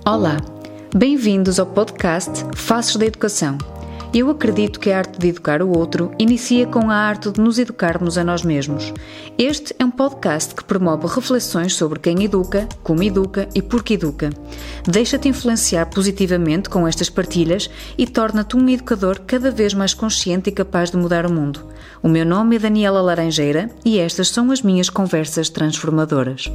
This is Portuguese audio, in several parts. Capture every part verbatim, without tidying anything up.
Olá, bem-vindos ao podcast Faces da Educação. Eu acredito que a arte de educar o outro inicia com a arte de nos educarmos a nós mesmos. Este é um podcast que promove reflexões sobre quem educa, como educa e por que educa. Deixa-te influenciar positivamente com estas partilhas e torna-te um educador cada vez mais consciente e capaz de mudar o mundo. O meu nome é Daniela Laranjeira e estas são as minhas conversas transformadoras.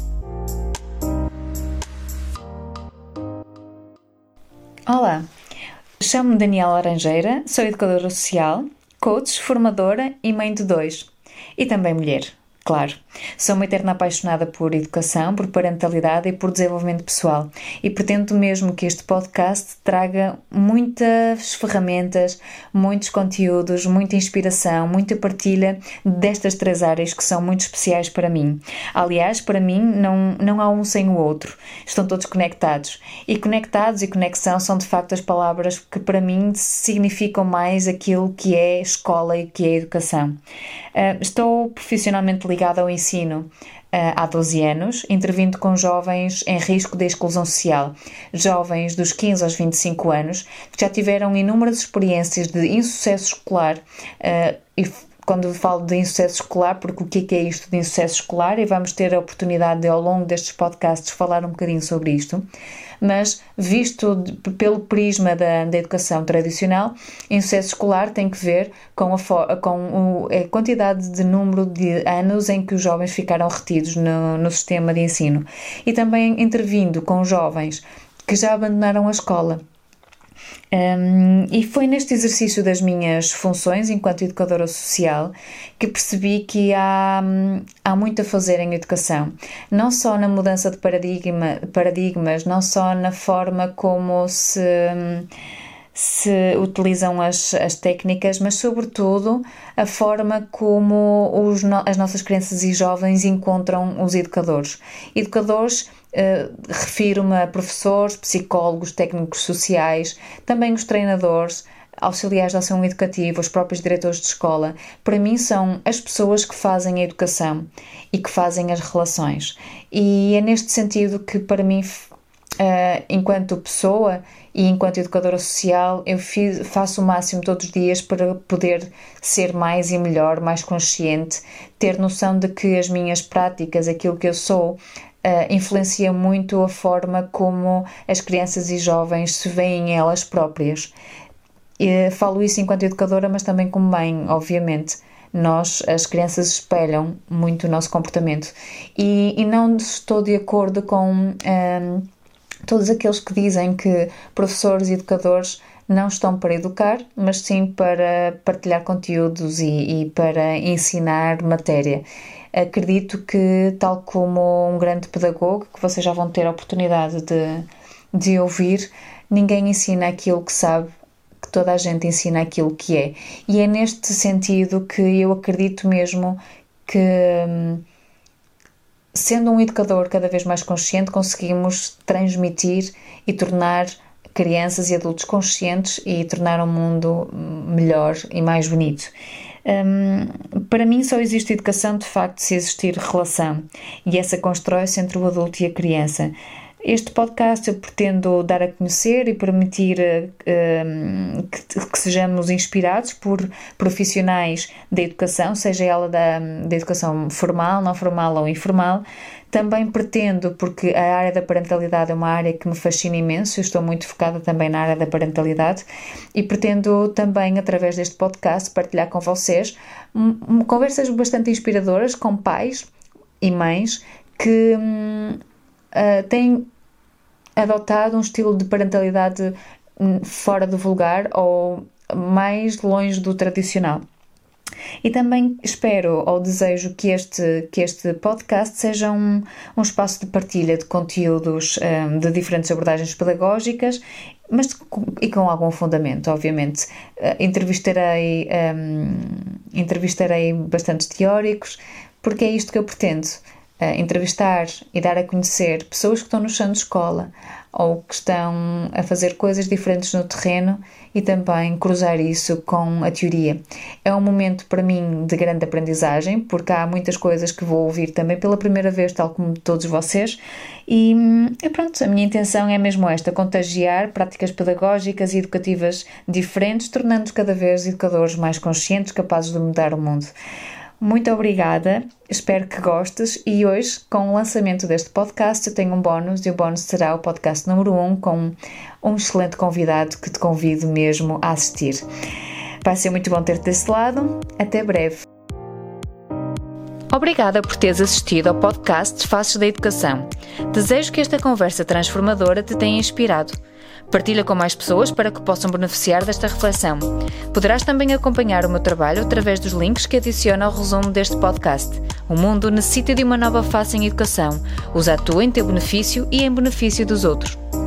Olá, chamo-me Daniela Laranjeira, sou educadora social, coach, formadora e mãe de dois. E também mulher, claro. Sou uma eterna apaixonada por educação, por parentalidade e por desenvolvimento pessoal. E pretendo mesmo que este podcast traga muitas ferramentas, muitos conteúdos, muita inspiração, muita partilha destas três áreas que são muito especiais para mim. Aliás, para mim não, não há um sem o outro. Estão todos conectados. E conectados e conexão são de facto as palavras que para mim significam mais aquilo que é escola e que é educação. Uh, estou profissionalmente ligada ao ensino uh, há doze anos, intervindo com jovens em risco de exclusão social, jovens dos quinze aos vinte e cinco anos, que já tiveram inúmeras experiências de insucesso escolar uh, e quando falo de insucesso escolar, porque o que é isto de insucesso escolar? E vamos ter a oportunidade de, ao longo destes podcasts, falar um bocadinho sobre isto. Mas, visto de, pelo prisma da, da educação tradicional, insucesso escolar tem que ver com, a, com o, a quantidade de número de anos em que os jovens ficaram retidos no, no sistema de ensino. E também intervindo com jovens que já abandonaram a escola. Um, e foi neste exercício das minhas funções enquanto educadora social que percebi que há, há muito a fazer em educação, não só na mudança de paradigma, paradigmas, não só na forma como se, se utilizam as, as técnicas, mas sobretudo a forma como os, as nossas crianças e jovens encontram os educadores. Educadores Uh, refiro-me a professores, psicólogos, técnicos sociais, também os treinadores, auxiliares de ação educativa, os próprios diretores de escola. Para mim são as pessoas que fazem a educação e que fazem as relações. E é neste sentido que para mim, uh, enquanto pessoa e enquanto educadora social, eu fiz, faço o máximo todos os dias para poder ser mais e melhor, mais consciente, ter noção de que as minhas práticas, aquilo que eu sou, Uh, influencia muito a forma como as crianças e jovens se veem elas próprias. E falo isso enquanto educadora, mas também como mãe, obviamente. Nós, as crianças, espelham muito o nosso comportamento. E, e não estou de acordo com um, todos aqueles que dizem que professores e educadores não estão para educar, mas sim para partilhar conteúdos e, e para ensinar matéria. Acredito que, tal como um grande pedagogo, que vocês já vão ter a oportunidade de, de ouvir, ninguém ensina aquilo que sabe, que toda a gente ensina aquilo que é. E é neste sentido que eu acredito mesmo que, sendo um educador cada vez mais consciente, conseguimos transmitir e tornar crianças e adultos conscientes e tornar o mundo melhor e mais bonito. Um, para mim só existe educação de facto se existir relação, e essa constrói-se entre o adulto e a criança. Este podcast eu pretendo dar a conhecer e permitir um, que, que sejamos inspirados por profissionais da educação, seja ela da, da educação formal, não formal ou informal. Também pretendo, porque a área da parentalidade é uma área que me fascina imenso, eu estou muito focada também na área da parentalidade, e pretendo também, através deste podcast, partilhar com vocês um, um, conversas bastante inspiradoras com pais e mães que um, uh, têm adotado um estilo de parentalidade fora do vulgar ou mais longe do tradicional. E também espero ou desejo que este, que este podcast seja um, um espaço de partilha de conteúdos um, de diferentes abordagens pedagógicas, mas com, e com algum fundamento, obviamente. Uh, entrevistarei, um, entrevistarei bastantes teóricos, porque é isto que eu pretendo. uh, entrevistar e dar a conhecer pessoas que estão no chão de escola ou que estão a fazer coisas diferentes no terreno e também cruzar isso com a teoria. É um momento para mim de grande aprendizagem, porque há muitas coisas que vou ouvir também pela primeira vez, tal como todos vocês, e, e pronto, a minha intenção é mesmo esta, contagiar práticas pedagógicas e educativas diferentes, tornando-nos cada vez educadores mais conscientes, capazes de mudar o mundo. Muito obrigada, espero que gostes, e hoje, com o lançamento deste podcast, eu tenho um bónus, e o bónus será o podcast número um com um excelente convidado que te convido mesmo a assistir. Vai ser muito bom ter-te desse lado, até breve. Obrigada por teres assistido ao podcast Faces da Educação. Desejo que esta conversa transformadora te tenha inspirado. Partilha com mais pessoas para que possam beneficiar desta reflexão. Poderás também acompanhar o meu trabalho através dos links que adiciono ao resumo deste podcast. O mundo necessita de uma nova face em educação. Usa a tua em teu benefício e em benefício dos outros.